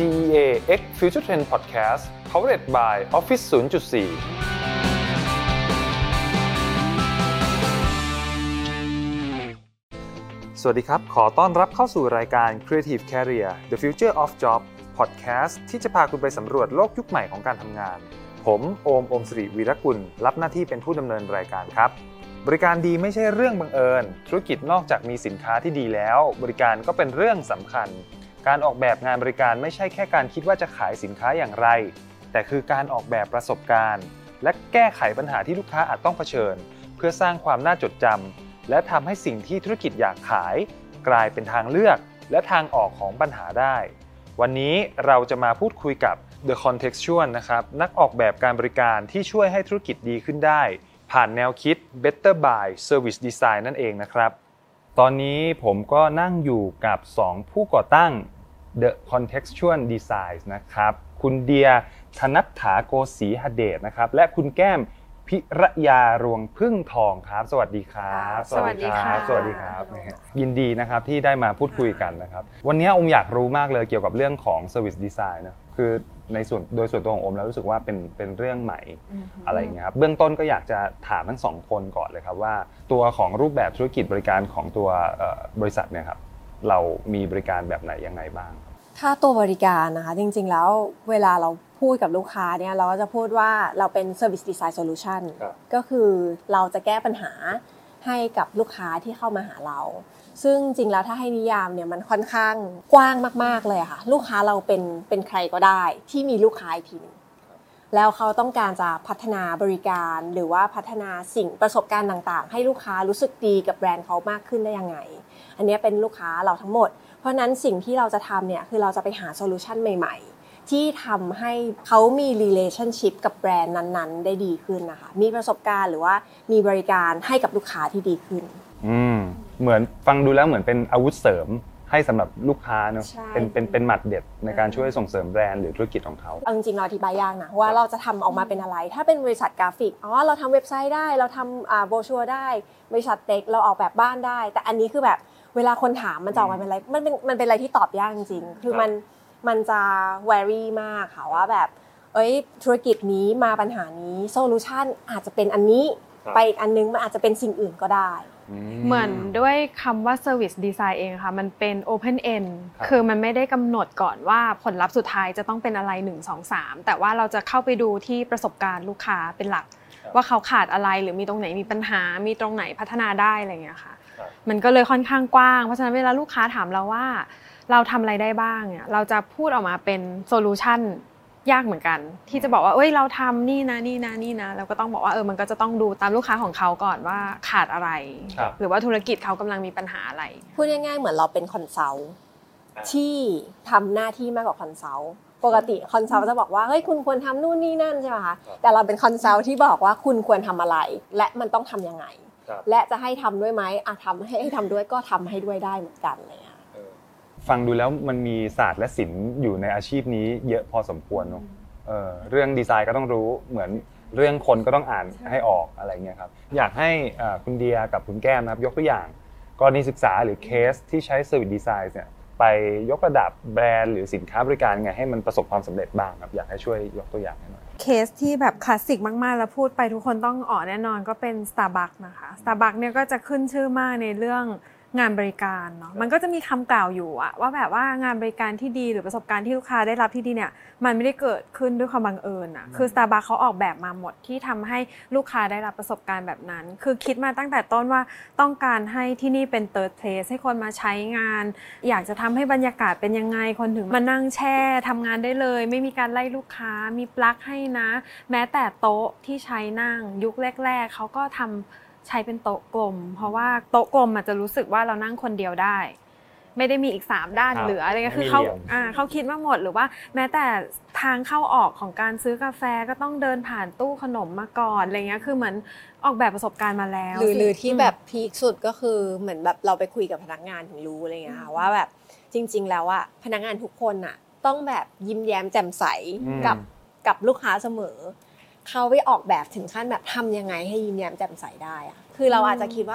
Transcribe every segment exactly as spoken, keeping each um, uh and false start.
ซี อี เอ X Future Trend Podcast Powered by Office ศูนย์จุดสี่ สวัสดีครับขอต้อนรับเข้าสู่รายการ Creative Career The Future of Job Podcast ที่จะพาคุณไปสำรวจโลกยุคใหม่ของการทำงานผมโอมโอมสิริวีรกุลรับหน้าที่เป็นผู้ดำเนินรายการครับบริการดีไม่ใช่เรื่องบังเอิญธุรกิจนอกจากมีสินค้าที่ดีแล้วบริการก็เป็นเรื่องสำคัญการออกแบบงานบริการไม่ใช่แค่การคิดว่าจะขายสินค้าอย่างไรแต่คือการออกแบบประสบการณ์และแก้ไขปัญหาที่ลูกค้าอาจต้องเผชิญเพื่อสร้างความน่าจดจำและทำให้สิ่งที่ธุรกิจอยากขายกลายเป็นทางเลือกและทางออกของปัญหาได้วันนี้เราจะมาพูดคุยกับ The Contextual นะครับนักออกแบบการบริการที่ช่วยให้ธุรกิจดีขึ้นได้ผ่านแนวคิด Better by Service Design นั่นเองนะครับตอนนี้ผมก็นั่งอยู่กับสองผู้ก่อตั้ง The Contextual Design นะครับคุณเดียธนัฐฐาโกสีหเดชนะครับและคุณแก้มพิรยารวงพึ่งทองครับสวัสดีครับสวัสดีครับสวัสดีครับยินดีนะครับที่ได้มาพูดคุยกันนะครับวันนี้อมอยากรู้มากเลยเกี่ยวกับเรื่องของ Service Design นะคือในส่วนโดยส่วนตัวของอมแล้วรู้สึกว่าเป็นเป็นเรื่องใหม่ mm-hmm. อะไรอย่างเงี้ยครับเบื้องต้นก็อยากจะถามทั้งสองคนก่อนเลยครับว่าตัวของรูปแบบธุรกิจบริการของตัวบริษัทเนี่ยครับเรามีบริการแบบไหนยังไงบ้างถ้าตัวบริการนะคะจริงๆแล้วเวลาเราพูดกับลูกค้าเนี่ยเราก็จะพูดว่าเราเป็น Service Design Solution ก็คือเราจะแก้ปัญหาให้กับลูกค้าที่เข้ามาหาเราซึ่งจริงแล้วถ้าให้นิยามเนี่ยมันค่อนข้างกว้างมากๆเลยค่ะลูกค้าเราเป็นเป็นใครก็ได้ที่มีลูกค้าอีกทีนึงแล้วเขาต้องการจะพัฒนาบริการหรือว่าพัฒนาสิ่งประสบการณ์ต่างๆให้ลูกค้ารู้สึกดีกับแบรนด์เขามากขึ้นได้ยังไงอันนี้เป็นลูกค้าเราทั้งหมดเพราะนั้นสิ่งที่เราจะทำเนี่ยคือเราจะไปหาโซลูชันใหม่ๆที่ทำให้เขามี relationship กับแบรนด์นั้นๆได้ดีขึ้นนะคะมีประสบการณ์หรือว่ามีบริการให้กับลูกค้าที่ดีขึ้นอืมเหมือนฟังดูแล้วเหมือนเป็นอาวุธเสริมให้สำหรับลูกค้าเนอะเป็นเป็นเป็นหมัดเด็ดในการช่วยส่งเสริมแบรนด์หรือธุรกิจของเขาจริงๆเราอธิบายยากนะว่าเราจะทำออกมาเป็นอะไรถ้าเป็นบริษัทกราฟิกอ๋อเราทำเว็บไซต์ได้เราทำอ่าโบรชัวร์ได้บริษัทเทคเราออกแบบบ้านได้แต่อันนี้คือแบบเวลาคนถามมันจะออกมาเป็นอะไรมันเป็นมันเป็นอะไรที่ตอบยากจริงๆคือมันมันจะ vary มากค่ะว่าแบบเอ้ยธุรกิจนี้มาปัญหานี้โซลูชันอาจจะเป็นอันนี้ไปอีกอันนึงมันอาจจะเป็นสิ่งอื่นก็ได้เหมือนด้วยคำว่า Service Design เองค่ะมันเป็น Open End คือมันไม่ได้กำหนดก่อนว่าผลลัพธ์สุดท้ายจะต้องเป็นอะไรหนึ่ง สอง สามแต่ว่าเราจะเข้าไปดูที่ประสบการณ์ลูกค้าเป็นหลักว่าเขาขาดอะไรหรือมีตรงไหนมีปัญหามีตรงไหนพัฒนาได้อะไรอย่างเงี้ยค่ะมันก็เลยค่อนข้างกว้างเพราะฉะนั้นเวลาลูกค้าถามเราว่าเราทำอะไรได้บ้างเนี่ยเราจะพูดออกมาเป็นโซลูชันยากเหมือนกันที่จะบอกว่าเอ้ยเราทำนี่นะนี่นะนี่นะเราก็ต้องบอกว่าเออมันก็จะต้องดูตามลูกค้าของเขาก่อนว่าขาดอะไรหรือว่าธุรกิจเขากำลังมีปัญหาอะไรพูดง่ายๆเหมือนเราเป็นคอนซัลท์ที่ทำหน้าที่มากกว่าคอนซัลท์ปกติคอนซัลท์จะบอกว่าเฮ้ยคุณควรทำนู่นนี่นั่นใช่ไหมคะแต่เราเป็นคอนซัลท์ที่บอกว่าคุณควรทำอะไรและมันต้องทำยังไงและจะให้ทำด้วยไหมอ่ะทำให้ให้ทำด้วยก็ทำให้ด้วยได้เหมือนกันเลยฟังดูแล้วมันมีศาสตร์และศิลป์อยู่ในอาชีพนี้เยอะพอสมควรเนอะเออเรื่องดีไซน์ก็ต้องรู้เหมือนเรื่องคนก็ต้องอ่านให้ออกอะไรเงี้ยครับอยากให้คุณเดียกับคุณแก้มนะครับยกตัวอย่างกรณีศึกษาหรือเคสที่ใช้ Service Design เนี่ยไปยกระดับแบรนด์หรือสินค้าบริการไงให้มันประสบความสำเร็จบ้างครับอยากให้ช่วยยกตัวอย่างให้หน่อยเคสที่แบบคลาสสิกมากๆแล้วพูดไปทุกคนต้องอ๋อแน่นอนก็เป็น Starbucks นะคะ Starbucks เนี่ยก็จะขึ้นชื่อมากในเรื่องงานบริการเนาะมันก็จะมีคำกล่าวอยู่อะว่าแบบว่างานบริการที่ดีหรือประสบการณ์ที่ลูกค้าได้รับที่ดีเนี่ยมันไม่ได้เกิดขึ้นด้วยความบังเอิญอะคือ Starbucks เขาออกแบบมาหมดที่ทำให้ลูกค้าได้รับประสบการณ์แบบนั้นคือคิดมาตั้งแต่ต้นว่าต้องการให้ที่นี่เป็น third place ให้คนมาใช้งานอยากจะทำให้บรรยากาศเป็นยังไงคนถึงมานั่งแช่ทำงานได้เลยไม่มีการไล่ลูกค้ามีปลั๊กให้นะแม้แต่โต๊ะที่ใช้นั่งยุคแรกๆเขาก็ทำใช้เป็นโต๊ะกลมเพราะว่าโต๊ะกลมอาจจะรู้สึกว่าเรานั่งคนเดียวได้ไม่ได้มีอีกสามด้านเหลืออะไรเงี้ยคือเขาอ่าเขาคิดมาหมดหรือว่าแม้แต่ทางเข้าออกของการซื้อกาแฟก็ต้องเดินผ่านตู้ขนมมาก่อนอะไรเงี้ยคือเหมือนออกแบบประสบการณ์มาแล้วหรือหรือที่แบบพีคสุดก็คือเหมือนแบบเราไปคุยกับพนักงานถึงรู้อะไรเงี้ยค่ะว่าแบบจริงๆแล้วอะพนักงานทุกคนอะต้องแบบยิ้มแย้มแจ่มใสกับกับลูกค้าเสมอเขาไปออกแบบถึงขั้นแบบทำยังไงให้ยิ้มแย้มแจ่มใสได้อะคือเราอาจจะคิดว่าแบบ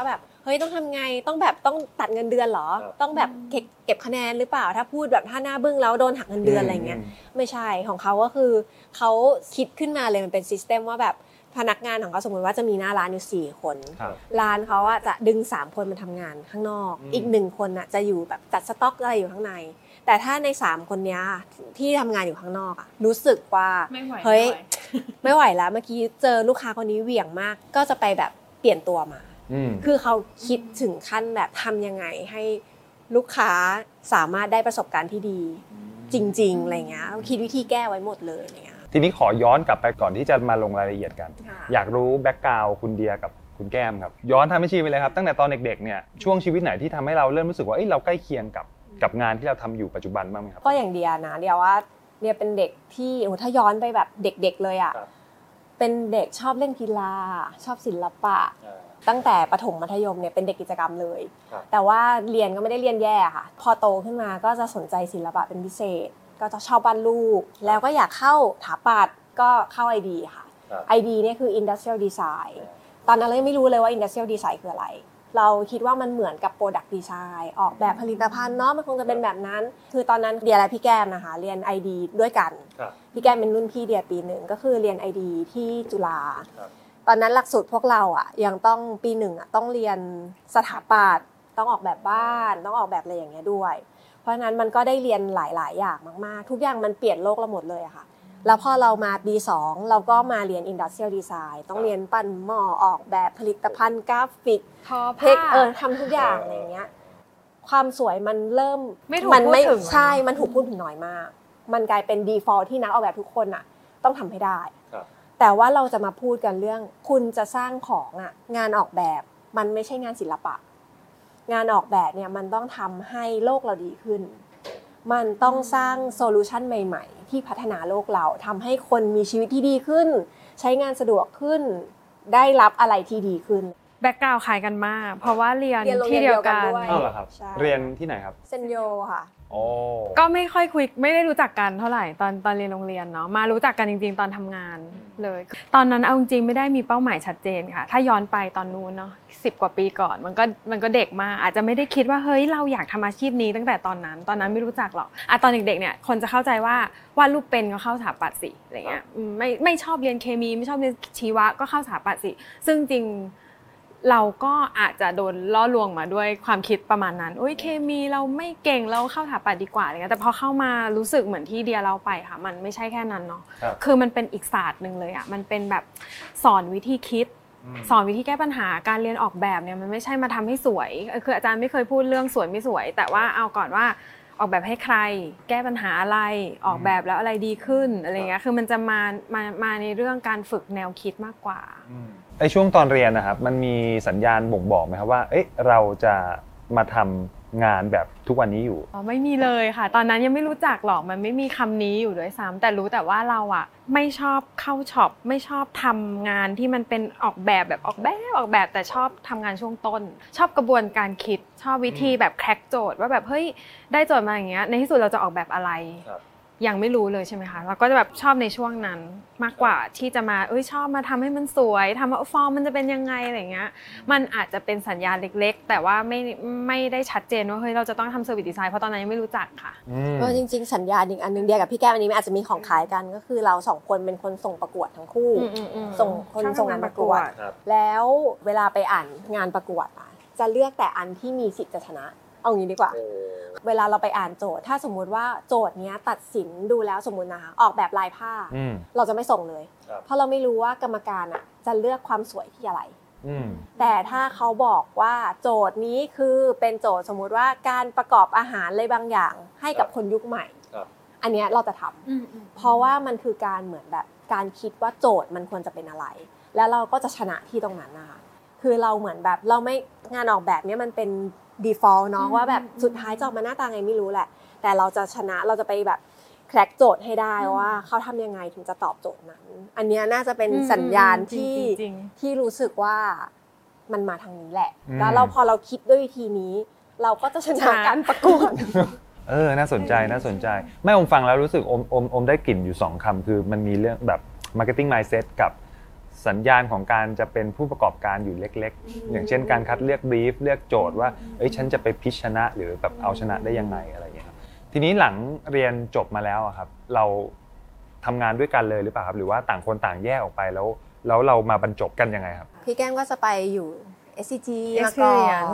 เฮ้ยต้องทำไงต้องแบบต้องตัดเงินเดือนเหรอต้องแบบเก็บคะแนนหรือเปล่าถ้าพูดแบบถ้าหน้าบึ้งแล้วโดนหักเงินเดือนอะไรเงี้ยไม่ใช่ของเขาก็คือเขาคิดขึ้นมาเลยมันเป็นซิสเต็มว่าแบบพนักงานของเขาสมมติว่าจะมีหน้าร้านอยู่สี่คนร้านเขาอะจะดึงสามคนมาทำงานข้างนอกอีกหนึ่งคนอะจะอยู่แบบจัดสต็อกอะไรอยู่ข้างในแต่ถ้าในสามคนนี้ที่ทำงานอยู่ข้างนอกอะรู้สึกว่าเฮ้ยไม่ไหวแล้วเมื่อกี้เจอลูกค้าคนนี้เหวี่ยงมากก็จะไปแบบเปลี่ยนตัวมาคือเขาคิดถึงขั้นแบบทำยังไงให้ลูกค้าสามารถได้ประสบการณ์ที่ดีจริงๆอะไรเงี้ยคิดวิธีแก้ไว้หมดเลยอะไรเงี้ยทีนี้ขอย้อนกลับไปก่อนที่จะมาลงรายละเอียดกันอยากรู้แบ็คกราวด์คุณเดียกับคุณแก้มครับย้อนทำให้ชีไปเลยครับตั้งแต่ตอนเด็กๆเนี่ยช่วงชีวิตไหนที่ทำให้เราเริ่มรู้สึกว่าเอ้ยเราใกล้เคียงกับกับงานที่เราทำอยู่ปัจจุบันบ้างไหมครับก็อย่างเดียนะเดียว่าเดียเป็นเด็กที่โอ้ถ้าย้อนไปแบบเด็กๆเลยอ่ะเป็นเด็กชอบเล่นกีฬาชอบศิลปะตั้งแต่ประถมมัธยมเนี่ยเป็นเด็กกิจกรรมเลยแต่ว่าเรียนก็ไม่ได้เรียนแย่ค่ะพอโตขึ้นมาก็จะสนใจศิลปะเป็นพิเศษก็จะชอบวาดรูปแล้วก็อยากเข้าถาปัตย์ก็เข้า ไอ ดี ค่ะ ไอ ดี เนี่ยคือ Industrial Design ตอนนั้นเราไม่รู้เลยว่า Industrial Design คืออะไรเราคิดว่ามันเหมือนกับ Product Design ออกแบบผลิตภัณฑ์เนาะมันคงจะเป็นแบบนั้นคือตอนนั้นเดียและพี่แก้มนะคะเรียน ไอ ดี ด้วยกันพี่แก้มเป็นรุ่นพี่เดียปีหนึ่งก็คือเรียน ไอ ดี ที่จุฬาตอนนั้นหลักสูตรพวกเราอ่ะยังต้องปีหนึ่งอ่ะต้องเรียนสถาปัตย์ต้องออกแบบบ้านต้องออกแบบอะไรอย่างเงี้ยด้วยเพราะฉะนั้นมันก็ได้เรียนหลายๆอย่างมากๆทุกอย่างมันเปลี่ยนโลกเราหมดเลยอะค่ะแล้วพอเรามาปีสองเราก็มาเรียน Industrial Design ต้องเรียนปั้นหม้อออกแบบผลิตภัณฑ์กราฟิกทอผ้าเออทำทุกอย่างอะไรเงี้ยความสวยมันเริ่มไม่ถูกพูดถึงใช่มันถูกพูดถึงน้อยมากมันกลายเป็น default ที่นักออกแบบทุกคนอะต้องทำให้ได้แต่ว่าเราจะมาพูดกันเรื่องคุณจะสร้างของอะงานออกแบบมันไม่ใช่งานศิลปะงานออกแบบเนี่ยมันต้องทำให้โลกเราดีขึ้นมันต้องสร้างโซลูชันใหม่ๆที่พัฒนาโลกเราทำให้คนมีชีวิตที่ดีขึ้นใช้งานสะดวกขึ้นได้รับอะไรที่ดีขึ้นแบ็คกราวด์คล้ายกันมากเพราะว่าเรียนที่เดียวกันอ้าวเหรอครับเรียนที่ไหนครับเซนโยค่ะโอ้ก็ไม่ค่อยคุยไม่ได้รู้จักกันเท่าไหร่ตอนตอนเรียนโรงเรียนเนาะมารู้จักกันจริงๆตอนทำงานเลยตอนนั้นเอาจริงไม่ได้มีเป้าหมายชัดเจนค่ะถ้าย้อนไปตอนนู้นเนาะสิบกว่าปีก่อนมันก็มันก็เด็กมากอาจจะไม่ได้คิดว่าเฮ้ยเราอยากทำอาชีพนี้ตั้งแต่ตอนนั้นตอนนั้นไม่รู้จักหรอกอ่ะตอนเด็กๆเนี่ยคนจะเข้าใจว่าวาดรูปเป็นก็เข้าสถาปัตย์สิอะไรเงี้ยไม่ไม่ชอบเรียนเคมีไม่ชอบเรียนชีวะก็เข้าสถาปัตย์สิซึ่งจริงเราก็อาจจะโดนล่อลวงมาด้วยความคิดประมาณนั้นโอ้ยเคมีเราไม่เก่งเราเข้าสถาปัตย์ดีกว่าอะไรเงี้ยแต่พอเข้ามารู้สึกเหมือนที่เดียเล่าไปค่ะมันไม่ใช่แค่นั้นเนาะคือมันเป็นอีกศาสตร์นึงเลยอ่ะมันเป็นแบบสอนวิธีคิดสอนวิธีแก้ปัญหาการเรียนออกแบบเนี่ยมันไม่ใช่มาทำให้สวยคืออาจารย์ไม่เคยพูดเรื่องสวยไม่สวยแต่ว่าเอาก่อนว่าออกแบบให้ใครแก้ปัญหาอะไรออกแบบแล้วอะไรดีขึ้นอะไรเงี้ยคือมันจะมามามาในเรื่องการฝึกแนวคิดมากกว่าไอ้ช่วงตอนเรียนนะครับมันมีสัญญาณบ่งบอกไหมครับว่าเอ๊ะเราจะมาทำงานแบบทุกวันนี้อยู่อ๋อไม่มีเลยค่ะตอนนั้นยังไม่รู้จักหรอกมันไม่มีคำนี้อยู่ด้วยซ้ำแต่รู้แต่ว่าเราอ่ะไม่ชอบเข้าช็อปไม่ชอบทำงานที่มันเป็นออกแบบแบบออกแบบออกแบบแต่ชอบทำงานช่วงต้นชอบกระบวนการคิดชอบวิธีแบบแคร็กโจทย์ว่าแบบเฮ้ยได้โจทย์มาอย่างเงี้ยในที่สุดเราจะออกแบบอะไรยังไม่รู้เลยใช่ไหมคะเราก็จะแบบชอบในช่วงนั้นมากกว่าที่จะมาเอ้ยชอบมาทำให้มันสวยทำว่าฟอร์มมันจะเป็นยังไงอะไรเงี้ยมันอาจจะเป็นสัญญาณเล็กๆแต่ว่าไม่ไม่ได้ชัดเจนว่าเฮ้ยเราจะต้องทำเซอร์วิสดีไซน์เพราะตอนนั้นยังไม่รู้จักค่ะก็จริงๆสัญญาณอีกอันนึงเดียวกับพี่แก้มอันนี้อาจจะมีของขายกันก็คือเราสองคนเป็นคนส่งประกวดทั้งคู่ส่งคนส่งงานประกวดแล้วเวลาไปอ่านงานประกวดจะเลือกแต่อันที่มีสิทธิ์จะชนะเอางี้ดีกว่าเวลาเราไปอ่านโจทย์ถ้าสมมุติว่าโจทย์เนี้ยตัดสินดูแล้วสมมุตินะคะออกแบบลายผ้าเราจะไม่ส่งเลยเพราะเราไม่รู้ว่ากรรมการอ่ะจะเลือกความสวยที่อะไรแต่ถ้าเขาบอกว่าโจทย์นี้คือเป็นโจทย์สมมุติว่าการประกอบอาหารอะไรบางอย่างให้กับคนยุคใหม่อันเนี้ยเราจะทำเพราะว่ามันคือการเหมือนแบบการคิดว่าโจทย์มันควรจะเป็นอะไรแล้วเราก็จะชนะที่ตรงนั้นนะคะคือเราเหมือนแบบเราไม่งานออกแบบเนี้ยมันเป็นdefault เนาะว่าแบบสุดท้ายจะออกมาหน้าตาไงไม่รู้แหละแต่เราจะชนะเราจะไปแบบแคร็กโจทย์ให้ได้ว่าเขาทำยังไงถึงจะตอบโจทย์นั้นอันนี้น่าจะเป็นสัญญาณที่ที่รู้สึกว่ามันมาทางนี้แหละแล้วเราพอเราคิดด้วยวิธีนี้เราก็จะชนะการประกวดเออน่าสนใจน่าสนใจไม่อมฟังแล้วรู้สึกอมอมอมได้กลิ่นอยู่สองคำคือมันมีเรื่องแบบ marketing mindset กับสัญญาณของการจะเป็นผู้ประกอบการอยู่เล็กๆอย่างเช่นการคัดเลือกบรีฟเลือกโจทย์ว่าเอ้ยฉันจะไปพิชชนะหรือแบบเอาชนะได้ยังไงอะไรอย่างเงี้ยครับทีนี้หลังเรียนจบมาแล้วครับเราทำงานด้วยกันเลยหรือเปล่าครับหรือว่าต่างคนต่างแยกออกไปแล้วแล้วเรามาบรรจบกันยังไงครับพี่แก้มก็จะไปอยู่ เอส ซี จี มาก่อน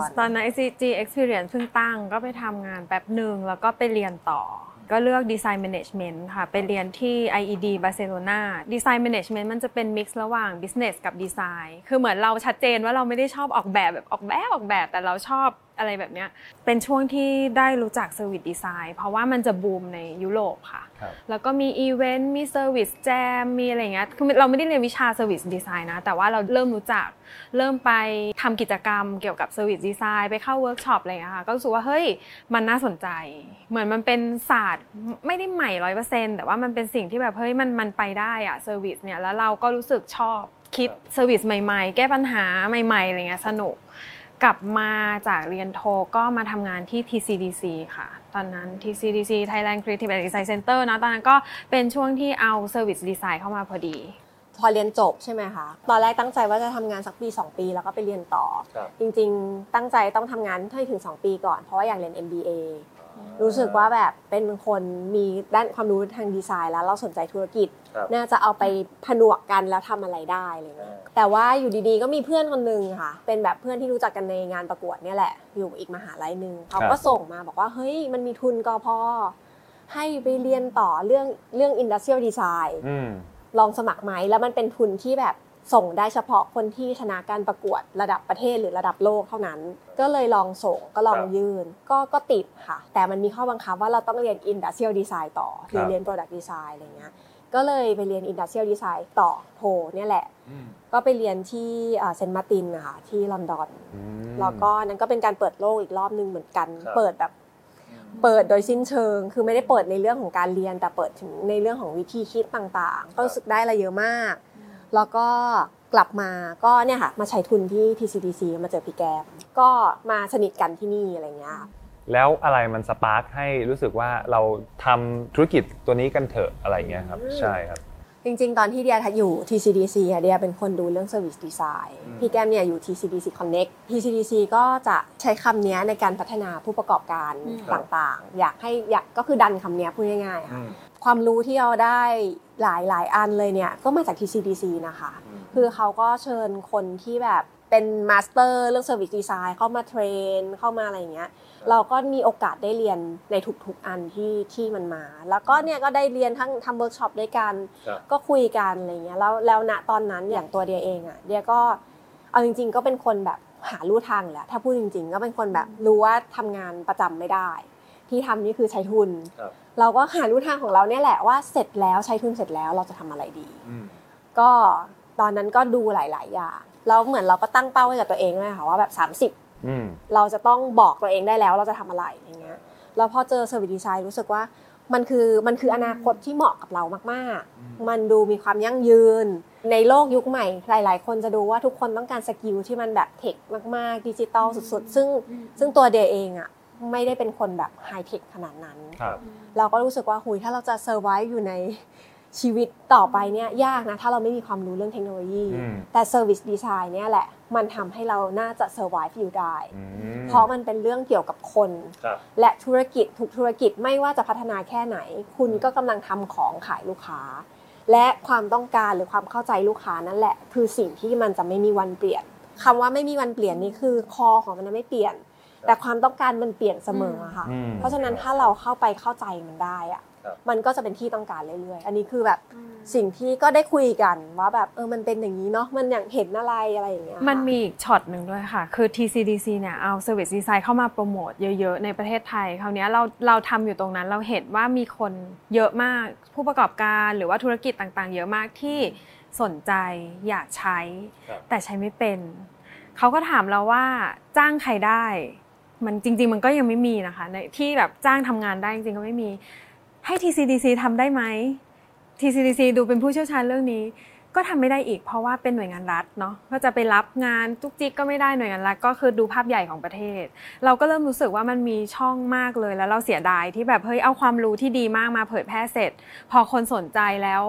ตอนนั้น เอส ซี จี Experience เพิ่งตั้งก็ไปทำงานแป๊บหนึ่งแล้วก็ไปเรียนต่อก็เลือก Design Management ค่ะไปเรียนที่ ไอ อี ดี Barcelona Design Management มันจะเป็น mix ระหว่าง Business กับ Design คือเหมือนเราชัดเจนว่าเราไม่ได้ชอบออกแบบแบบออกแบบออกแบบแต่เราชอบอะไรแบบเนี้ยเป็นช่วงที่ได้รู้จัก Service Design เพราะว่ามันจะบูมในยุโรปค่ะแล้วก็มีอีเวนต์มี Service Jam มีอะไรเงี้ยคือเราไม่ได้เรียนวิชา Service Design นะแต่ว่าเราเริ่มรู้จักเริ่มไปทำกิจกรรมเกี่ยวกับ Service Design ไปเข้าเวิร์กช็อปอะไรเงี้ยค่ะก็รู้สึกว่าเฮ้ยมันน่าสนใจเหมือนมันเป็นศาสตร์ไม่ได้ใหม่ ร้อยเปอร์เซ็นต์ แต่ว่ามันเป็นสิ่งที่แบบเฮ้ยมันมันไปได้อะ Service เนี่ยแล้วเราก็รู้สึกชอบคิด Service ใหม่ๆแก้ปัญหาใหม่ๆอะไรเงี้ยสนุกกลับมาจากเรียนโทก็มาทำงานที่ ที ซี ดี ซี ค่ะตอนนั้น ที ซี ดี ซี Thailand Creative and Design Center นะตอนนั้นก็เป็นช่วงที่เอา Service Design เข้ามาพอดีพอเรียนจบใช่ไหมคะตอนแรกตั้งใจว่าจะทำงานสักปีสองปีแล้วก็ไปเรียนต่อจริงๆตั้งใจต้องทำงานให้ถึงสองปีก่อนเพราะว่าอยากเรียน เอ็ม บี เอ รู้สึกว่าแบบเป็นคนมีด้านความรู้ทางดีไซน์แล้วเราสนใจธุรกิจน่าจะเอาไปผนวกกันแล้วทำอะไรได้อะไรเงี้ยแต่ว่าอยู่ดีๆก็มีเพื่อนคนนึงค่ะเป็นแบบเพื่อนที่รู้จักกันในงานประกวดเนี่ยแหละอยู่อีกมหาลัยนึงเขาก็ส่งมาบอกว่าเฮ้ยมันมีทุนกพ.ให้ไปเรียนต่อเรื่องเรื่อง Industrial Design ลองสมัครไหมแล้วมันเป็นทุนที่แบบส่งได้เฉพาะคนที่ชนะการประกวดระดับประเทศหรือระดับโลกเท่านั้นก็เลยลองส่งก็ลองยื่นก็ก็ติดค่ะแต่มันมีข้อบังคับว่าเราต้องเรียน Industrial Design ต่อหรือเรียน Product Design อะไรเงี้ยก็เลยไปเรียน Industrial Design ต่อโทเนี่ยแหละก็ไปเรียนที่เซนต์มาร์ตินนะคะที่ลอนดอนแล้วก็นั้นก็เป็นการเปิดโลกอีกรอบนึงเหมือนกันเปิดแบบเปิดโดยสิ้นเชิงคือไม่ได้เปิดในเรื่องของการเรียนแต่เปิดถึงในเรื่องของวิธีคิดต่างๆก็รู้สึกได้อะไรเยอะมากแล้วก็กลับมาก็เนี่ยค่ะมาใช้ทุนที่ ที ซี ดี ซี มาเจอพี่แก้มก็มาสนิทกันที่นี่อะไรเงี้ยแล้วอะไรมันสปาร์คให้รู้สึกว่าเราทำธุรกิจตัวนี้กันเถอะอะไรเงี้ยครับใช่ครับจริงๆตอนที่เดียอยู่ ที ซี ดี ซี อ่ะเดียเป็นคนดูเรื่อง Service Design พี่แก้มเนี่ยอยู่ ที ซี ดี ซี Connect ที ซี ดี ซี ก็จะใช้คำนี้ในการพัฒนาผู้ประกอบการต่างๆอยากให้อยากก็คือดันคำนี้พูดง่ายๆค่ะความรู้ที่เราได้หลายๆอันเลยเนี่ยก็มาจาก ที ซี ดี ซี นะคะคือเขาก็เชิญคนที่แบบเป็นมาสเตอร์เรื่อง Service Design เข้ามาเทรนเข้ามาอะไรอย่างเงี้ยเราก็มีโอกาสได้เรียนในทุกๆอันที่ที่มันมาแล้วก็เนี่ยก็ได้เรียนทั้งทำเวิร์กช็อปด้วยกันก็คุยกันอะไรเงี้ยแล้วแล้วณตอนนั้นอย่างตัวเดียเองอ่ะเดียก็เอาจริงๆก็เป็นคนแบบหาลู่ทางแหละถ้าพูดจริงๆก็เป็นคนแบบรู้ว่าทำงานประจำไม่ได้ที่ทำนี่คือใช้ทุนเราก็หาลู่ทางของเราเนี่ยแหละว่าเสร็จแล้วใช้ทุนเสร็จแล้วเราจะทำอะไรดีก็ตอนนั้นก็ดูหลายๆอย่างแล้วเหมือนเราก็ตั้งเป้าไว้กับตัวเองเลยค่ะว่าแบบสามสิบเราจะต้องบอกตัวเองได้แล้วเราจะทำอะไรอย่างเงี้ยแล้วพอเจอ Service Design รู้สึกว่ามันคือมันคืออนาคตที่เหมาะกับเรามากๆมันดูมีความยั่งยืนในโลกยุคใหม่หลายๆคนจะดูว่าทุกคนต้องการสกิลที่มันแบบเทคมากๆดิจิตอลสุดๆซึ่งซึ่งตัวเดียเองอ่ะไม่ได้เป็นคนแบบไฮเทคขนาดนั้นเราก็รู้สึกว่าหุยถ้าเราจะเซอร์ไวฟ์อยู่ในชีวิตต่อไปเนี่ยยากนะถ้าเราไม่มีความรู้เรื่องเทคโนโลยีแต่ Service Design เนี่ยแหละมันทำให้เราน่าจะ survive อยู่ได้เพราะมันเป็นเรื่องเกี่ยวกับคนและธุรกิจทุกธุรกิจไม่ว่าจะพัฒนาแค่ไหนคุณก็กำลังทำของขายลูกค้าและความต้องการหรือความเข้าใจลูกค้านั่นแหละคือสิ่งที่มันจะไม่มีวันเปลี่ยนคำว่าไม่มีวันเปลี่ยนนี่คือคอของมันไม่เปลี่ยนแต่ความต้องการมันเปลี่ยนเสมอค่ะเพราะฉะนั้นถ้าเราเข้าไปเข้าใจมันได้อะมันก็จะเป็นที่ต้องการเรื่อยๆอันนี้คือแบบสิ่งที่ก็ได้คุยกันว่าแบบเออมันเป็นอย่างนี้เนาะมันอยากเห็นอะไรอะไรอย่างเงี้ยมันมีอีกช็อตนึงด้วยค่ะคือ ที ซี ดี ซี เนี่ยเอา Service Design เข้ามาโปรโมทเยอะๆในประเทศไทยคราวนี้เราเราทำอยู่ตรงนั้นเราเห็นว่ามีคนเยอะมากผู้ประกอบการหรือว่าธุรกิจต่างๆเยอะมากที่สนใจอยากใช้แต่ใช้ไม่เป็นเขาก็ถามเราว่าจ้างใครได้มันจริงๆมันก็ยังไม่มีนะคะในที่แบบจ้างทำงานได้จริงๆก็ไม่มีให้ ที ซี ดี ซี ทำได้ไหม ที ซี ดี ซี ดูเป็นผู้เชี่ยวชาญเรื่องนี้ก็ทำไม่ได้อีกเพราะว่าเป็นหน่วยงานรัฐเนาะก็จะไปรับงานจุกจิกก็ไม่ได้หน่วยงานรัฐก็คือดูภาพใหญ่ของประเทศเราก็เริ่มรู้สึกว่ามันมีช่องมากเลยแล้วเราเสียดายที่แบบเฮ้ยเอาความรู้ที่ดีมากมาเผยแพร่เสร็จพอคนสนใจแล้ว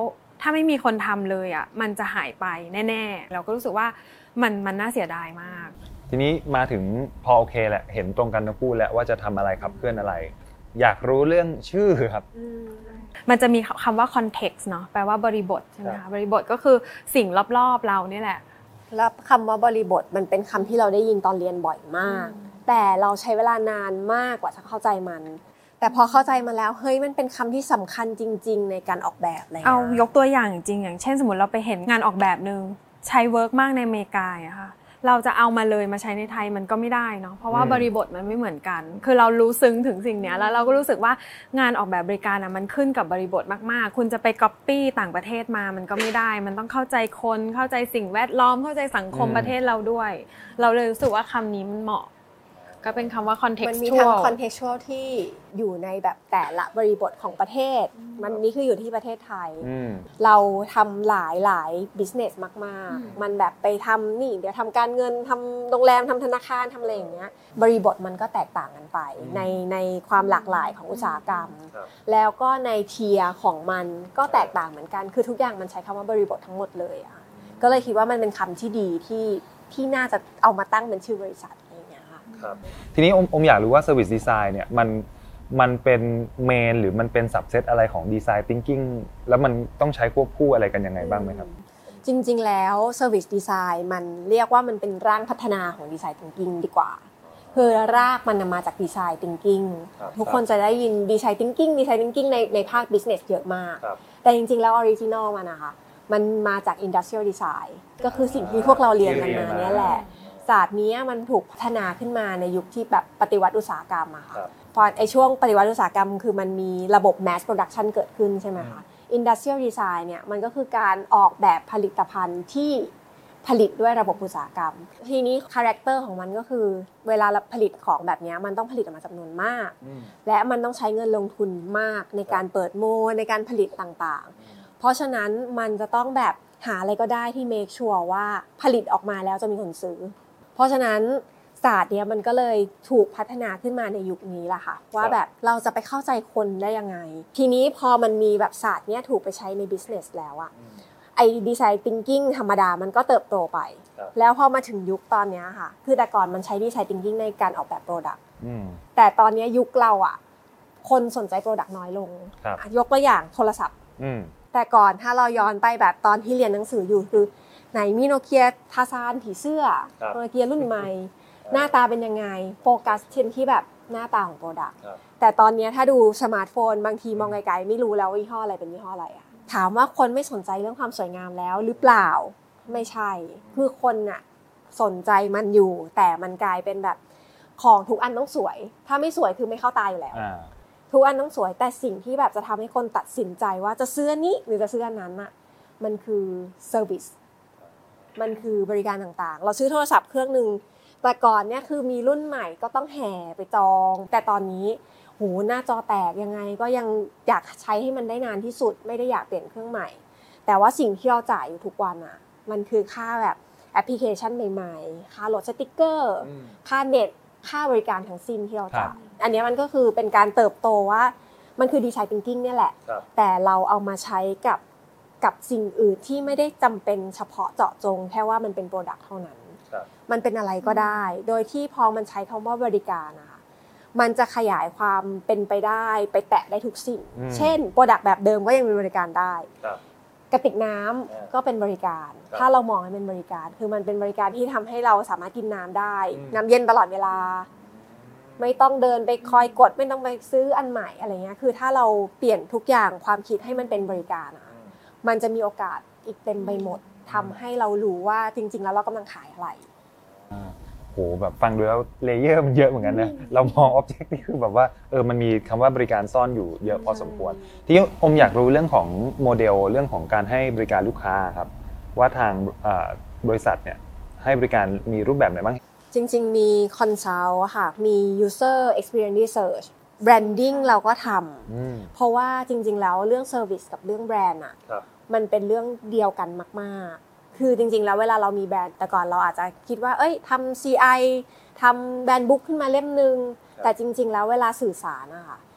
ถ้าไม่มีคนทำเลยอ่ะมันจะหายไปแน่ๆเราก็รู้สึกว่ามันมันน่าเสียดายมากทีนี้มาถึงพอโอเคแหละเห็นตรงกันทั้งคู่แล้วว่าจะทำอะไรขับเคลื่อนอะไรอยากรู้เรื่องชื่อครับมันจะมีคำว่า context เนาะแปลว่าบริบทใช่ไหมคะบริบทก็คือสิ่งรอบๆเรานี่แหละแล้วคำว่าบริบทมันเป็นคำที่เราได้ยินตอนเรียนบ่อยมากแต่เราใช้เวลานานมากกว่าจะเข้าใจมันแต่พอเข้าใจมาแล้วเฮ้ยมันเป็นคำที่สำคัญจริงๆในการออกแบบเลยเอายกตัวอย่างจริงอย่างเช่นสมมติเราไปเห็นงานออกแบบนึงใช้เวิร์กมากในอเมริกาอะค่ะเราจะเอามาเลยมาใช้ในไทยมันก็ไม่ได้เนาะเพราะว่าบริบทมันไม่เหมือนกันคือเรารู้ซึ้งถึงสิ่งนี้แล้วเราก็รู้สึกว่างานออกแบบบริการอะมันขึ้นกับบริบทมากๆคุณจะไปก๊อปปี้ต่างประเทศมามันก็ไม่ได้มันต้องเข้าใจคนเข้าใจสิ่งแวดล้อมเข้าใจสังคมประเทศเราด้วยเราเลยรู้สึกว่าคำนี้มันเหมาะก็เป็นคำว่า contextual มันมีทั้ง contextual ที่อยู่ในแบบแต่ละบริบทของประเทศมันนี่คืออยู่ที่ประเทศไทยเราทำหลายหลาย business มากๆมันแบบไปทำนี่เดี๋ยวทำการเงินทำโรงแรมทำธนาคารทำอะไรอย่างเงี้ยบริบทมันก็แตกต่างกันไปในในความหลากหลายของอุตสาหกรรมแล้วก็ในเทียร์ของมันก็แตกต่างเหมือนกันคือทุกอย่างมันใช้คำว่าบริบททั้งหมดเลยอ่ะก็เลยคิดว่ามันเป็นคำที่ดีที่ที่น่าจะเอามาตั้งเป็นชื่อบริษัททีนี้อมอยากรู้ว่า Service Design เนี่ยมันมันเป็นเมนหรือมันเป็นซับเซตอะไรของ Design Thinking แล้วมันต้องใช้ควบคู่อะไรกันยังไงบ้างไหมครับจริงๆแล้ว Service Design มันเรียกว่ามันเป็นร่างพัฒนาของ Design Thinking ดีกว่าคือรากมันมาจาก Design Thinking ทุกคนจะได้ยิน Design Thinking Design Thinking ในในภาค Business เยอะมากแต่จริงๆแล้ว Original มันนะคะมันมาจาก Industrial Design ก็คือสิ่งที่พวกเราเรียนกันมาเนี่ยแหละศาสตร์นี้มันถูกพัฒนาขึ้นมาในยุคที่แบบปฏิวัติอุตสาหกรรมอะค่ะพอไอช่วงปฏิวัติอุตสาหกรรมคือมันมีระบบ mass production เกิดขึ้นใช่ไหมคะ industrial design เนี่ยมันก็คือการออกแบบผลิตภัณฑ์ที่ผลิตด้วยระบบอุตสาหกรรมทีนี้คาแรคเตอร์ของมันก็คือเวลาผลิตของแบบนี้มันต้องผลิตออกมาจำนวนมากและมันต้องใช้เงินลงทุนมากในการเปิดโมในการผลิตต่างๆเพราะฉะนั้นมันจะต้องแบบหาอะไรก็ได้ที่ make sure ว่าผลิตออกมาแล้วจะมีคนซื้อเพราะฉะนั้นศาสตร์เนี้ยมันก็เลยถูกพัฒนาขึ้นมาในยุคนี้แหละค่ะว่าแบบเราจะไปเข้าใจคนได้ยังไงทีนี้พอมันมีแบบศาสตร์เนี้ยถูกไปใช้ใน business แล้วอะไอ้ design thinking ธรรมดามันก็เติบโตไปแล้วพอมาถึงยุคตอนเนี้ยค่ะคือแต่ก่อนมันใช้ design thinking ในการออกแบบ product แต่ตอนนี้ยุคเราอะคนสนใจ product น้อยลงยกตัวอย่างโทรศัพท์แต่ก่อนถ้าเราย้อนไปแบบตอนที่เรียนหนังสืออยู่คือไหนมีโนเกียทาซานผีเสื้อโนเกียรุ่นใหม่หน้าตาเป็นยังไงโฟกัสที่แบบหน้าตาของโปรดักต์แต่ตอนนี้ถ้าดูสมาร์ทโฟนบางทีมองไกลๆไม่รู้แล้วว่ายี่ห้ออะไรเป็นยี่ห้ออะไรอะถามว่าคนไม่สนใจเรื่องความสวยงามแล้วหรือเปล่าไม่ใช่คือคนน่ะสนใจมันอยู่แต่มันกลายเป็นแบบของทุกอันต้องสวยถ้าไม่สวยคือไม่เข้าตาอยู่แล้วทุกอันต้องสวยแต่สิ่งที่แบบจะทำให้คนตัดสินใจว่าจะซื้อนี้หรือจะซื้ออันนั้นน่ะมันคือเซอร์วิสมันคือบริการต่างๆเราซื้อโทรศัพท์เครื่องนึงแต่ก่อนเนี่ยคือมีรุ่นใหม่ก็ต้องแห่ไปจองแต่ตอนนี้โหหน้าจอแตกยังไงก็ยังอยากใช้ให้มันได้นานที่สุดไม่ได้อยากเปลี่ยนเครื่องใหม่แต่ว่าสิ่งที่เราจ่ายอยู่ทุกวันอ่ะมันคือค่าแบบแอปพลิเคชันใหม่ๆค่าโหลดสติ๊กเกอร์ค่าเน็ตค่าบริการทั้งสิ้นที่เราจ่ายอันนี้มันก็คือเป็นการเติบโตว่ามันคือดีไซน์ทิงกิ้งเนี่ยแหละแต่เราเอามาใช้กับกับสิ่งอื่นที่ไม่ได้จำเป็นเฉพาะเจาะจงแค่ว่ามันเป็นโปรดักต์เท่านั้นมันเป็นอะไรก็ได้โดยที่พอมันใช้คำว่าบริการนะคะมันจะขยายความเป็นไปได้ไปแตะได้ทุกสิ่งเช่นโปรดักต์แบบเดิมก็ยังเป็นบริการได้กระติกน้ำก็เป็นบริการถ้าเรามองให้เป็นบริการคือมันเป็นบริการที่ทำให้เราสามารถกินน้ำได้น้ำเย็นตลอดเวลาไม่ต้องเดินไปคอยกดไม่ต้องไปซื้ออันใหม่อะไรเงี้ยคือถ้าเราเปลี่ยนทุกอย่างความคิดให้มันเป็นบริการอะมันจะมีโอกาสอีกเต็มไปหมดทำให้เรารู้ว่าจริงๆแล้วเรากำลังขายอะไรโหแบบฟังดูแล้วเลเยอร์มันเยอะเหมือนกันนะเรามองออบเจกต์นี่คือแบบว่าเออมันมีคำว่าบริการซ่อนอยู่เยอะพอสมควรที่อมอยากรู้เรื่องของโมเดลเรื่องของการให้บริการลูกค้าครับว่าทางบริษัทเนี่ยให้บริการมีรูปแบบไหนบ้างจริงๆมีคอนซัลท์ค่ะมี user experience research branding เราก็ทำเพราะว่าจริงๆแล้วเรื่อง service กับเรื่องแบรนด์อ่ะมันเป็นเรื่องเดียวกันมากๆคือจริงๆแล้วเวลาเรามีแบรนด์แต่ก่อนเราอาจจะคิดว่าเอ้ยทำ ซี ไอ ทำแบรนด์บุ๊กขึ้นมาเล่มนึงแต่จริงๆแล้วเวลาสื่อสารอะค่ะ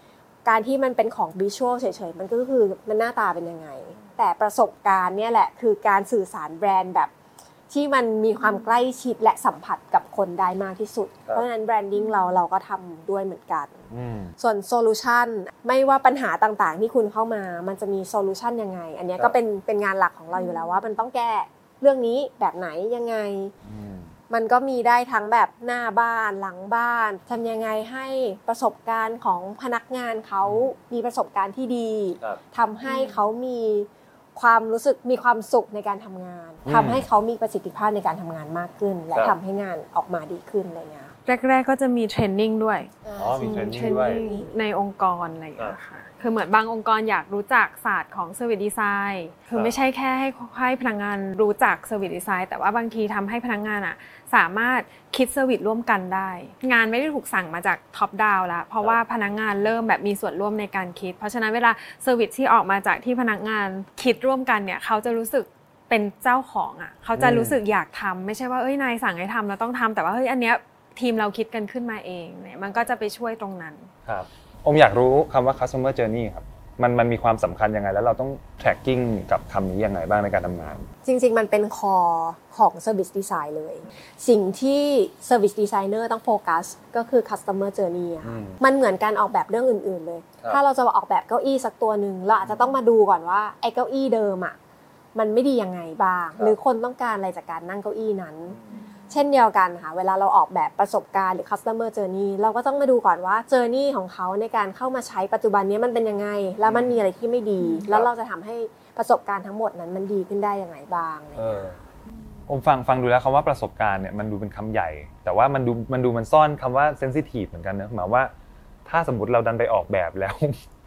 การที่มันเป็นของวิชวลเฉยๆมันก็คือมันหน้าตาเป็นยังไงแต่ประสบการณ์เนี่ยแหละคือการสื่อสารแบรนด์แบบที่มันมีความใกล้ชิดและสัมผัสกับคนได้มากที่สุดเพราะฉะนั้นแบรนดิ้งเราเราก็ทำด้วยเหมือนกันส่วนโซลูชันไม่ว่าปัญหาต่างๆที่คุณเข้ามามันจะมีโซลูชันยังไงอันนี้ก็เป็นเป็นงานหลักของเราอยู่แล้วว่ามันต้องแก้เรื่องนี้แบบไหนยังไงมันก็มีได้ทั้งแบบหน้าบ้านหลังบ้านทำยังไงให้ประสบการณ์ของพนักงานเขามีประสบการณ์ที่ดีทำให้เขามีความรู้สึกมีความสุขในการทำงานทำให้เขามีประสิทธิภาพในการทำงานมากขึ้นและทำให้งานออกมาดีขึ้นอะไรเงี้ยแรกๆก็จะมีเทรนนิ่งด้วยอ๋อมีเทรนนิ่งด้วยในองค์กรอะไรอย่างเงี้ยค่ะคือเหมือนบางองค์กรอยากรู้จักศาสตร์ของ Service Design คือไม่ใช่แค่ให้ให้พนักงานรู้จัก Service Design แต่ว่าบางทีทำให้พนักงานอ่ะสามารถคิดเซอร์วิสร่วมกันได้งานไม่ได้ถูกสั่งมาจากท็อปดาวน์แล้วเพราะว่าพนักงานเริ่มแบบมีส่วนร่วมในการคิดเพราะฉะนั้นเวลาเซอร์วิสที่ออกมาจากที่พนักงานคิดร่วมกันเนี่ยเขาจะรู้สึกเป็นเจ้าของอ่ะเขาจะรู้สึกอยากทำไม่ใช่ว่าเอ้ยนายสั่งให้ทำเราต้องทำแต่ว่าเฮ้ยอันเนี้ยทีมเราคิดกันขึ้นมาเองเนี่ยมันก็จะไปช่วยตรงนั้นครับอมอยากรู้คำว่า customer journey ครับมันมันมีความสำคัญยังไงแล้วเราต้อง tracking กับคำนี้ยังไงบ้างในการทำงานจริงๆมันเป็นคอของ service design เลยสิ่งที่ service designer ต้องโฟกัสก็คือ customer journey อ่ะมันเหมือนการออกแบบเรื่องอื่นๆเลยถ้าเราจะออกแบบเก้าอี้สักตัวนึงเราอาจจะต้องมาดูก่อนว่าไอ้เก้าอี้เดิมอ่ะมันไม่ดียังไงบ้างหรือคนต้องการอะไรจากการนั่งเก้าอี้นั้นเช่นเดียวกันค่ะเวลาเราออกแบบประสบการณ์หรือ customer journey เราก็ต้องมาดูก่อนว่า journey ของเขาในการเข้ามาใช้ปัจจุบันนี้มันเป็นยังไงแล้วมันมีอะไรที่ไม่ดีแล้วเราจะทำให้ประสบการณ์ทั้งหมดนั้นมันดีขึ้นได้ยังไงบ้างเอออมฟังฟังดูแล้วคำว่าประสบการณ์เนี่ยมันดูเป็นคำใหญ่แต่ว่ามันดูมันดูมันซ่อนคำว่า sensitive เหมือนกันนะหมายว่าถ้าสมมติเราดันไปออกแบบแล้ว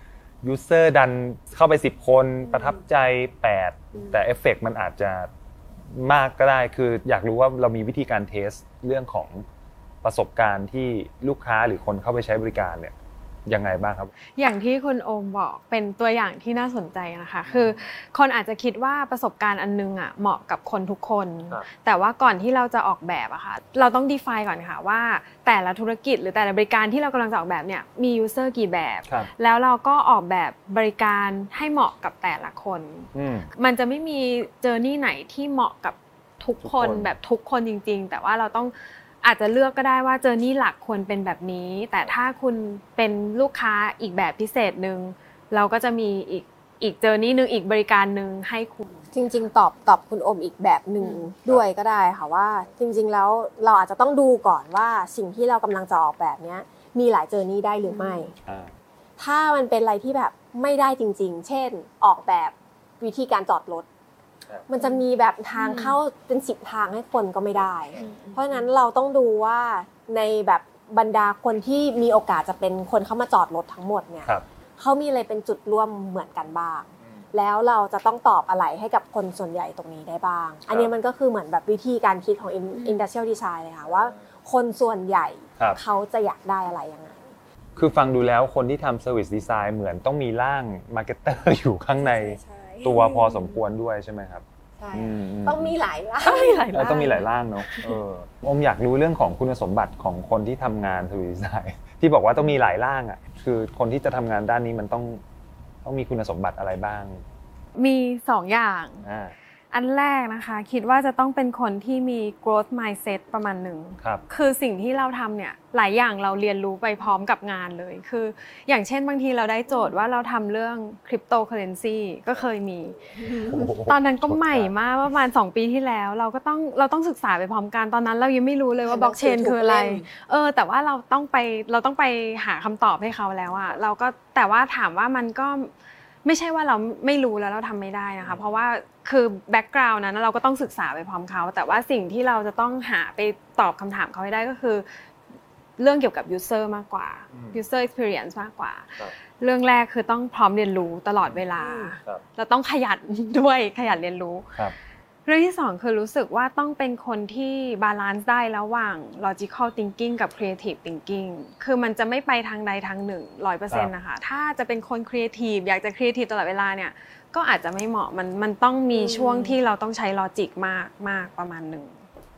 user ดันเข้าไปสิบคนประทับใจแปดแต่เอฟเฟกต์มันอาจจะมากก็ได้คืออยากรู้ว่าเรามีวิธีการเทสเรื่องของประสบการณ์ที่ลูกค้าหรือคนเข้าไปใช้บริการเนี่ยยังไงบ้างครับอย่างที่คุณโอมบอกเป็นตัวอย่างที่น่าสนใจนะคะคือคนอาจจะคิดว่าประสบการณ์อันนึงอ่ะเหมาะกับคนทุกคนแต่ว่าก่อนที่เราจะออกแบบอะค่ะเราต้อง define ก่อนค่ะว่าแต่ละธุรกิจหรือแต่ละบริการที่เรากำลังจะออกแบบเนี่ยมี user กี่แบบแล้วเราก็ออกแบบบริการให้เหมาะกับแต่ละคนมันจะไม่มี journey ไหนที่เหมาะกับทุกคนแบบทุกคนจริงๆแต่ว่าเราต้องอาจจะเลือกก็ได้ว่าเจอร์นี่หลักควรเป็นแบบนี้แต่ถ้าคุณเป็นลูกค้าอีกแบบพิเศษนึงเราก็จะมีอีกอีกเจอร์นี่นึงอีกบริการนึงให้คุณจริงๆตอบตอบคุณอมอีกแบบนึงด้วยก็ได้ค่ะว่าจริงๆแล้วเราอาจจะต้องดูก่อนว่าสิ่งที่เรากำลังจะออกแบบนี้มีหลายเจอร์นี่ได้หรือไม่ถ้ามันเป็นอะไรที่แบบไม่ได้จริงๆเช่นออกแบบวิธีการจอดรถมันจะมีแบบทางเข้าเป็นสิบทางให้คนก็ไม่ได้เพราะฉะนั้นเราต้องดูว่าในแบบบรรดาคนที่มีโอกาสจะเป็นคนเข้ามาจอดรถทั้งหมดเนี่ยเขามีอะไรเป็นจุดร่วมเหมือนกันบ้างแล้วเราจะต้องตอบอะไรให้กับคนส่วนใหญ่ตรงนี้ได้บ้างอันนี้มันก็คือเหมือนแบบวิธีการคิดของ Industrial Design เลยค่ะว่าคนส่วนใหญ่เขาจะอยากได้อะไรยังไงคือฟังดูแล้วคนที่ทำ Service Design เหมือนต้องมีร่าง Marketer อยู่ข้างในตัวพอสมควรด้วยใช่ไหมครับใช่ต้องมีหลายร่างต้องมีหลายร่างต้องมีหลายร่างเนาะเอออมอยากรู้เรื่องของคุณสมบัติของคนที่ทำงาน Service Design ที่บอกว่าต้องมีหลายร่างอ่ะคือคนที่จะทำงานด้านนี้มันต้องต้องมีคุณสมบัติอะไรบ้างมีสองอย่างอ่าอันแรกนะคะคิดว่าจะต้องเป็นคนที่มี growth mindset ประมาณหนึ่งครับคือสิ่งที่เราทำเนี่ยหลายอย่างเราเรียนรู้ไปพร้อมกับงานเลยคืออย่างเช่นบางทีเราได้โจทย์ว่าเราทำเรื่อง cryptocurrency ก็เคยมีตอนนั้นก็ใหม่มากประมาณสองปีที่แล้วเราก็ต้องเราต้องศึกษาไปพร้อมกันตอนนั้นเรายังไม่รู้เลยว่า blockchain คืออะไรเออแต่ว่าเราต้องไปเราต้องไปหาคำตอบให้เขาแล้วอะเราก็แต่ว่าถามว่ามันก็ไม่ใช่ว่าเราไม่รู้แล้วเราทำไม่ได้นะคะเพราะว่าคือแบ็กกราวน์นั้นเราก็ต้องศึกษาไปพร้อมเขาแต่ว่าสิ่งที่เราจะต้องหาไปตอบคำถามเขาให้ได้ก็คือเรื่องเกี่ยวกับ user มากกว่า user experience มากกว่าเรื่องแรกคือต้องพร้อมเรียนรู้ตลอดเวลาเราต้องขยันด้วยขยันเรียนรู้เรื่องที่สองคือรู้สึกว่าต้องเป็นคนที่บาลานซ์ได้ระหว่าง logical thinking กับ creative thinking คือมันจะไม่ไปทางใดทางหนึ่ง ร้อยเปอร์เซ็นต์ นะคะถ้าจะเป็นคน creative อยากจะ creative ตลอดเวลาเนี่ยก็อาจจะไม่เหมาะมันมันต้องมีช่วงที่เราต้องใช้ logic มากมากประมาณหนึ่ง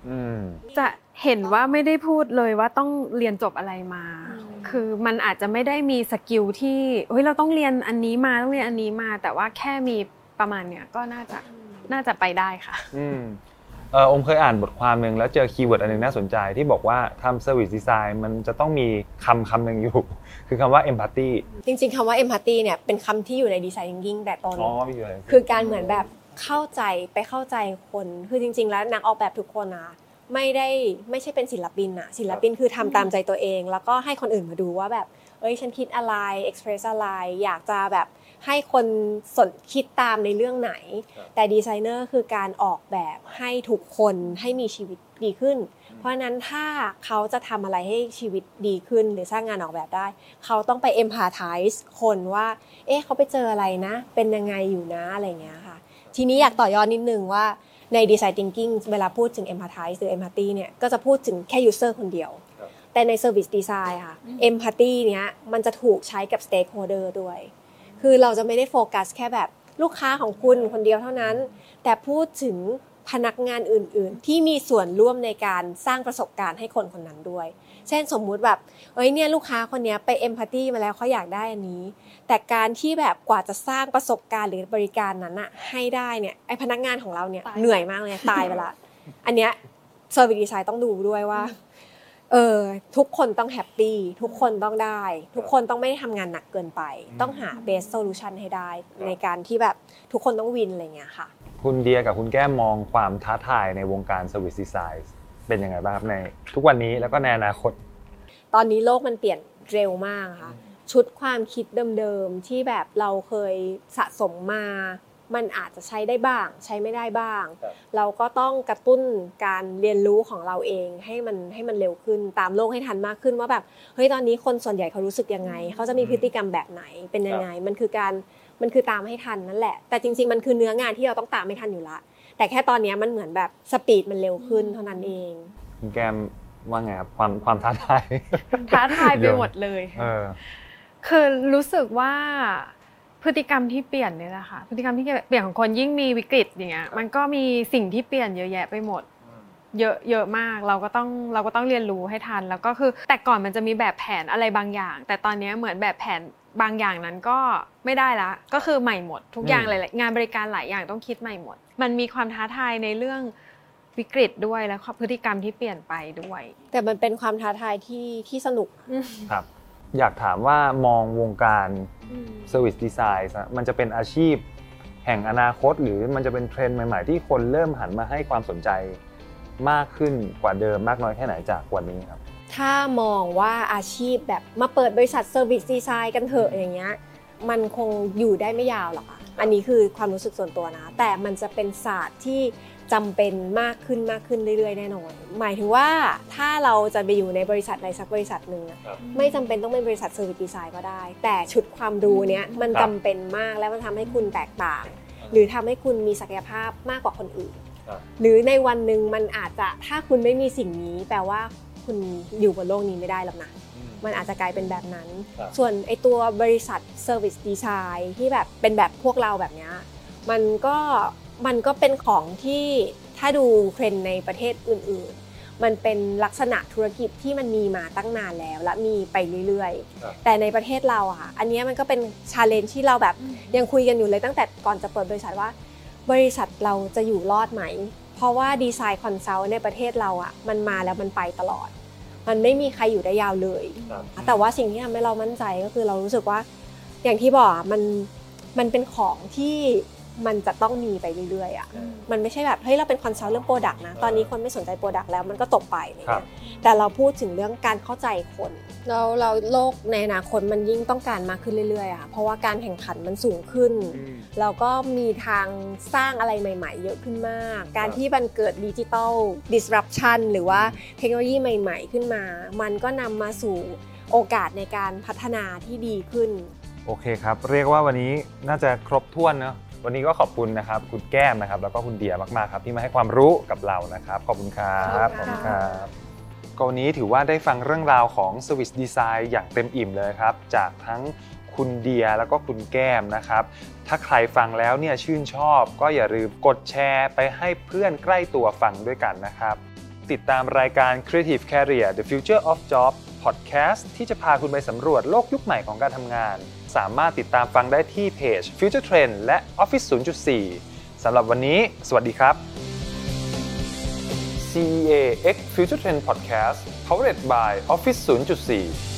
จะเห็นว่าไม่ได้พูดเลยว่าต้องเรียนจบอะไรมาคือมันอาจจะไม่ได้มีสกิลที่เฮ้ยเราต้องเรียนอันนี้มาต้องเรียนอันนี้มาแต่ว่าแค่มีประมาณเนี้ยก็น่าจะน่าจะไปได้ค่ะอืมเอออมเคยอ่านบทความนึงแล้วเจอคีย์เวิร์ดอันนึงน่าสนใจที่บอกว่าทำ service design มันจะต้องมีคำคำนึงอยู่คือคำว่า empathy จริงๆคำว่า empathy เนี่ยเป็นคำที่อยู่ใน design thinking แต่ต้นอ๋อมีอยู่คือการเหมือนแบบเข้าใจไปเข้าใจคนคือจริงๆแล้วนักออกแบบทุกคนนะไม่ได้ไม่ใช่เป็นศิลปินอะศิลปินคือทำตามใจตัวเองแล้วก็ให้คนอื่นมาดูว่าแบบเอ้ยฉันคิดอะไร express อะไรอยากจะแบบให้คนสนคิดตามในเรื่องไหนแต่ดีไซเนอร์คือการออกแบบให้ทุกคนให้มีชีวิตดีขึ้นเพราะนั้นถ้าเขาจะทำอะไรให้ชีวิตดีขึ้นหรือสร้างงานออกแบบได้เขาต้องไป empathize คนว่าเอ๊ะเขาไปเจออะไรนะเป็นยังไงอยู่นะอะไรเงี้ยค่ะทีนี้อยากต่อยอดนิดนึงว่าใน design thinking เวลาพูดถึง empathize หรือ empathy เนี่ยก็จะพูดถึงแค่ user คนเดียวแต่ใน service design ค่ะ empathy เนี้ยมันจะถูกใช้กับ stakeholder ด้วยคือเราจะไม่ได้โฟกัสแค่แบบลูกค้าของคุณคนเดียวเท่านั้นแต่พูดถึงพนักงานอื่นๆที่มีส่วนร่วมในการสร้างประสบการณ์ให้คนคนนั้นด้วยเช่นสมมุติแบบเอ้ยเนี่ยลูกค้าคนนี้ไป empathy มาแล้วเขาอยากได้อันนี้แต่การที่แบบกว่าจะสร้างประสบการณ์หรือบริการนั้นอะให้ได้เนี่ยไอพนักงานของเราเนี่ยเหนื่อยมากเลยตายไปละอันเนี้ย service design ต้องดูด้วยว่าเออทุกคนต้องแฮปปี้ทุกคนต้องได้ทุกคนต้องไม่ได้ทำงานหนักเกินไปต้องหา best solution ให้ได้ในการที่แบบทุกคนต้องวินอะไรเงี้ยค่ะคุณเดียกับคุณแก้มมองความท้าทายในวงการ service design เป็นยังไงบ้างครับในทุกวันนี้แล้วก็ในอนาคตตอนนี้โลกมันเปลี่ยนเร็วมากค่ะชุดความคิดเดิมๆที่แบบเราเคยสะสมมามันอาจจะใช้ได้บ้างใช้ไม่ได้บ้างเราก็ต้องกระตุ้นการเรียนรู้ของเราเองให้มันให้มันเร็วขึ้นตามโลกให้ทันมากขึ้นว่าแบบเฮ้ยตอนนี้คนส่วนใหญ่เขารู้สึกยังไงเขาจะมีพฤติกรรมแบบไหนเป็นยังไงมันคือการมันคือตามให้ทันนั่นแหละแต่จริงๆมันคือเนื้องานที่เราต้องตามให้ทันอยู่ละแต่แค่ตอนนี้มันเหมือนแบบสปีดมันเร็วขึ้นเท่านั้นเองคุณแก้มว่าไงครับความความท้าทายท้าทายไปหมดเลยเออคือรู้สึกว่าพฤติกรรมที่เปลี่ยนเนี่ยแหละค่ะพฤติกรรมที่เปลี่ยนของคนยิ่งมีวิกฤตอย่างเงี้ยมันก็มีสิ่งที่เปลี่ยนเยอะแยะไปหมดเยอะเยอะมากเราก็ต้องเราก็ต้องเรียนรู้ให้ทันแล้วก็คือแต่ก่อนมันจะมีแบบแผนอะไรบางอย่างแต่ตอนนี้เหมือนแบบแผนบางอย่างนั้นก็ไม่ได้ละก็คือใหม่หมดทุกอย่างเลยงานบริการหลายอย่างต้องคิดใหม่หมดมันมีความท้าทายในเรื่องวิกฤตด้วยและพฤติกรรมที่เปลี่ยนไปด้วยแต่มันเป็นความท้าทายที่ที่สนุกครับอยากถามว่ามองวงการ Service Design มันจะเป็นอาชีพแห่งอนาคตหรือมันจะเป็นเทรนด์ใหม่ๆที่คนเริ่มหันมาให้ความสนใจมากขึ้นกว่าเดิมมากน้อยแค่ไหนจากวันนี้ครับถ้ามองว่าอาชีพแบบมาเปิดบริษัท Service Design กันเถอะอย่างเงี้ยมันคงอยู่ได้ไม่ยาวหรอกค่ะอันนี้คือความรู้สึกส่วนตัวนะแต่มันจะเป็นศาสตร์ที่จำเป็นมากขึ้นมากขึ้นเรื่อยๆแน่นอนหมายถึงว่าถ้าเราจะไปอยู่ในบริษัทใดสักบริษัทนึงไม่จำเป็นต้องเป็นบริษัท Service Design ก็ได้แต่ชุดความรู้เนี้ยมันจำเป็นมากและมันทำให้คุณแตกต่างหรือทำให้คุณมีศักยภาพมากกว่าคนอื่นหรือในวันนึงมันอาจจะถ้าคุณไม่มีสิ่งนี้แปลว่าคุณอยู่บนโลกนี้ไม่ได้หรอกนะมันอาจจะกลายเป็นแบบนั้นส่วนไอตัวบริษัท Service Design ที่แบบเป็นแบบพวกเราแบบนี้มันก็มันก็เป็นของที่ถ้าดูเทรนด์ในประเทศอื่นๆมันเป็นลักษณะธุรกิจที่มันมีมาตั้งนานแล้วและมีไปเรื่อยๆแต่ในประเทศเราอะค่ะอันนี้มันก็เป็น challenge ที่เราแบบยังคุยกันอยู่เลยตั้งแต่ก่อนจะเปิดบริษัทว่าบริษัทเราจะอยู่รอดไหมเพราะว่าดีไซน์คอนซัลท์ในประเทศเราอะมันมาแล้วมันไปตลอดมันไม่มีใครอยู่ได้ยาวเลยแต่ว่าสิ่งที่ทำให้เรามั่นใจก็คือเรารู้สึกว่าอย่างที่บอกมันมันเป็นของที่มันจะต้องมีไปเรื่อยๆอ่ะมันไม่ใช่แบบเฮ้ยเราเป็นคอนซัลท์เรื่องโปรดักต์นะตอนนี้คนไม่สนใจโปรดักต์แล้วมันก็ตกไปเนี่ยแต่เราพูดถึงเรื่องการเข้าใจคนเราเราโลกในอนาคตมันยิ่งต้องการมากขึ้นเรื่อยๆอ่ะเพราะว่าการแข่งขันมันสูงขึ้นแล้วก็มีทางสร้างอะไรใหม่ๆเยอะขึ้นมากการที่มันเกิดดิจิทัล disruption หรือว่าเทคโนโลยีใหม่ๆขึ้นมามันก็นำมาสู่โอกาสในการพัฒนาที่ดีขึ้นโอเคครับเรียกว่าวันนี้น่าจะครบถ้วนเนอะวันนี้ก็ขอบคุณนะครับคุณแก้มนะครับแล้วก็คุณเดียมากๆครับที่มาให้ความรู้กับเรานะครับขอบคุณครับขอบคุณครับก็วันนี้ถือว่าได้ฟังเรื่องราวของ Service Design อย่างเต็มอิ่มเลยครับจากทั้งคุณเดียแล้วก็คุณแก้มนะครับถ้าใครฟังแล้วเนี่ยชื่นชอบก็อย่าลืมกดแชร์ไปให้เพื่อนใกล้ตัวฟังด้วยกันนะครับติดตามรายการ Creative Career The Future of Job Podcast ที่จะพาคุณไปสำรวจโลกยุคใหม่ของการทำงานสามารถติดตามฟังได้ที่เพจ Future Trend และ Office ศูนย์จุดสี่ สำหรับวันนี้สวัสดีครับ ซี อี เอ X Future Trend Podcast Powered by Office ศูนย์จุดสี่